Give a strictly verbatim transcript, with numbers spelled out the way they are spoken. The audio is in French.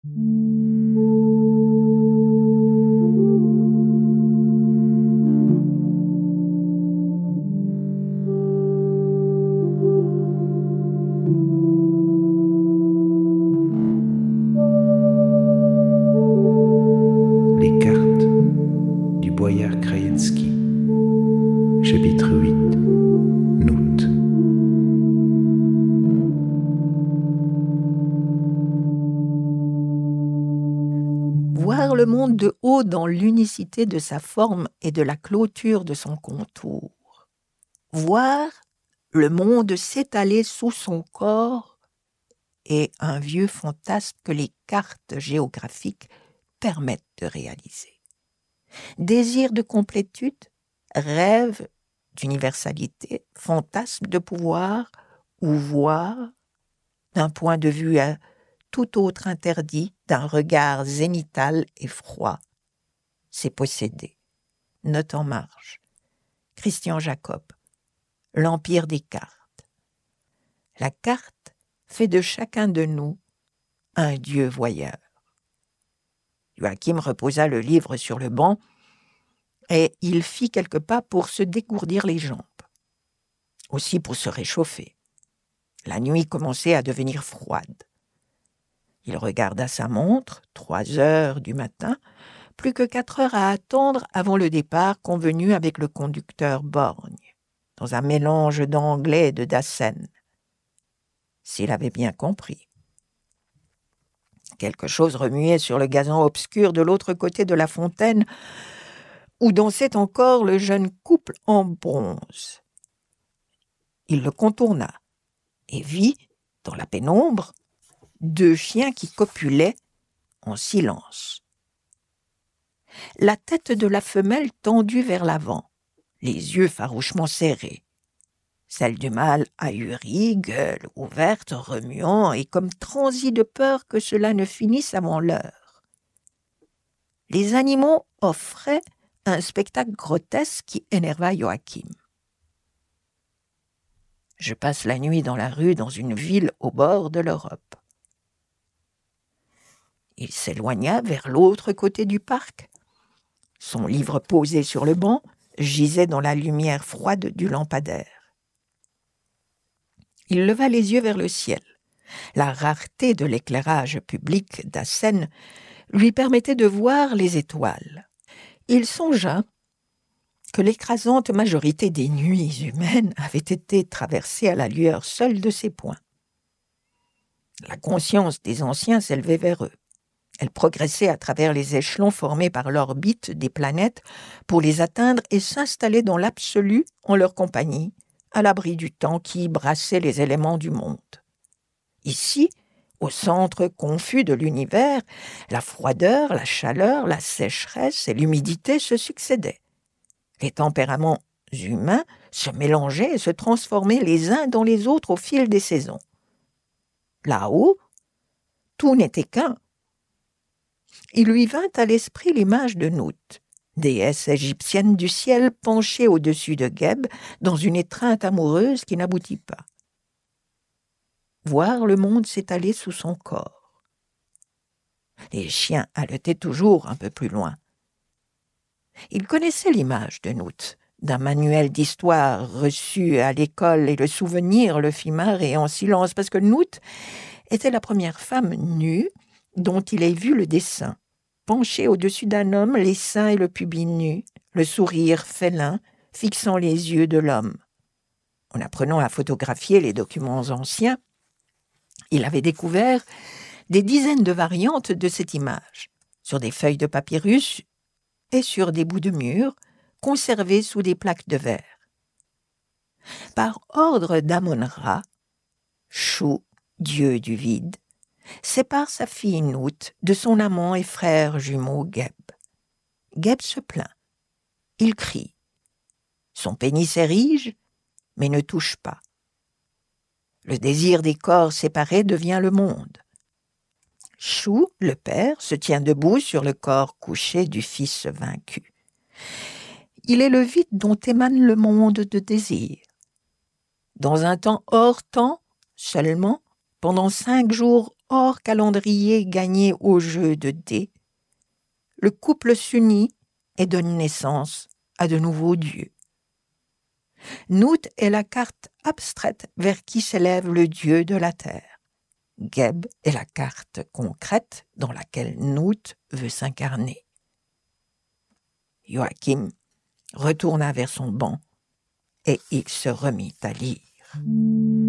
Les cartes du Boyar Kraïensky. Chapitre huit. Note. Voir le monde de haut dans l'unicité de sa forme et de la clôture de son contour. Voir le monde s'étaler sous son corps est un vieux fantasme que les cartes géographiques permettent de réaliser. Désir de complétude, rêve d'universalité, fantasme de pouvoir ou voir d'un point de vue à tout autre interdit, d'un regard zénital et froid. C'est posséder. Note en marge. Christian Jacob. L'empire des cartes. La carte fait de chacun de nous un dieu voyeur. Joachim reposa le livre sur le banc et il fit quelques pas pour se dégourdir les jambes. Aussi pour se réchauffer. La nuit commençait à devenir froide. Il regarda sa montre, trois heures du matin, plus que quatre heures à attendre avant le départ convenu avec le conducteur borgne, dans un mélange d'anglais et de Dasein. S'il avait bien compris. Quelque chose remuait sur le gazon obscur de l'autre côté de la fontaine, où dansait encore le jeune couple en bronze. Il le contourna et vit, dans la pénombre, deux chiens qui copulaient en silence. La tête de la femelle tendue vers l'avant, les yeux farouchement serrés. Celle du mâle ahurie, gueule ouverte, remuant et comme transi de peur que cela ne finisse avant l'heure. Les animaux offraient un spectacle grotesque qui énerva Joachim. Je passe la nuit dans la rue dans une ville au bord de l'Europe. Il s'éloigna vers l'autre côté du parc. Son livre posé sur le banc gisait dans la lumière froide du lampadaire. Il leva les yeux vers le ciel. La rareté de l'éclairage public d'Assen lui permettait de voir les étoiles. Il songea que l'écrasante majorité des nuits humaines avait été traversée à la lueur seule de ses poings. La conscience des anciens s'élevait vers eux. Elle progressait à travers les échelons formés par l'orbite des planètes pour les atteindre et s'installer dans l'absolu en leur compagnie, à l'abri du temps qui brassait les éléments du monde. Ici, au centre confus de l'univers, la froideur, la chaleur, la sécheresse et l'humidité se succédaient. Les tempéraments humains se mélangeaient et se transformaient les uns dans les autres au fil des saisons. Là-haut, tout n'était qu'un. Il lui vint à l'esprit l'image de Nout, déesse égyptienne du ciel penchée au-dessus de Geb dans une étreinte amoureuse qui n'aboutit pas. Voir le monde s'étaler sous son corps. Les chiens haletaient toujours un peu plus loin. Il connaissait l'image de Nout, d'un manuel d'histoire reçu à l'école, et le souvenir le fit marrer en silence, parce que Nout était la première femme nue dont il ait vu le dessin, penchée au-dessus d'un homme, les seins et le pubis nus, le sourire félin, fixant les yeux de l'homme. En apprenant à photographier les documents anciens, il avait découvert des dizaines de variantes de cette image, sur des feuilles de papyrus et sur des bouts de mur, conservés sous des plaques de verre. Par ordre d'Amon-Ra, Chou, dieu du vide, sépare sa fille Nout de son amant et frère jumeau Geb. Geb se plaint. Il crie. Son pénis érige, mais ne touche pas. Le désir des corps séparés devient le monde. Chou, le père, se tient debout sur le corps couché du fils vaincu. Il est le vide dont émane le monde de désir. Dans un temps hors temps, seulement, pendant cinq jours hors calendrier gagné au jeu de dés, le couple s'unit et donne naissance à de nouveaux dieux. Nout est la carte abstraite vers qui s'élève le dieu de la terre. Geb est la carte concrète dans laquelle Nout veut s'incarner. Joachim retourna vers son banc et il se remit à lire.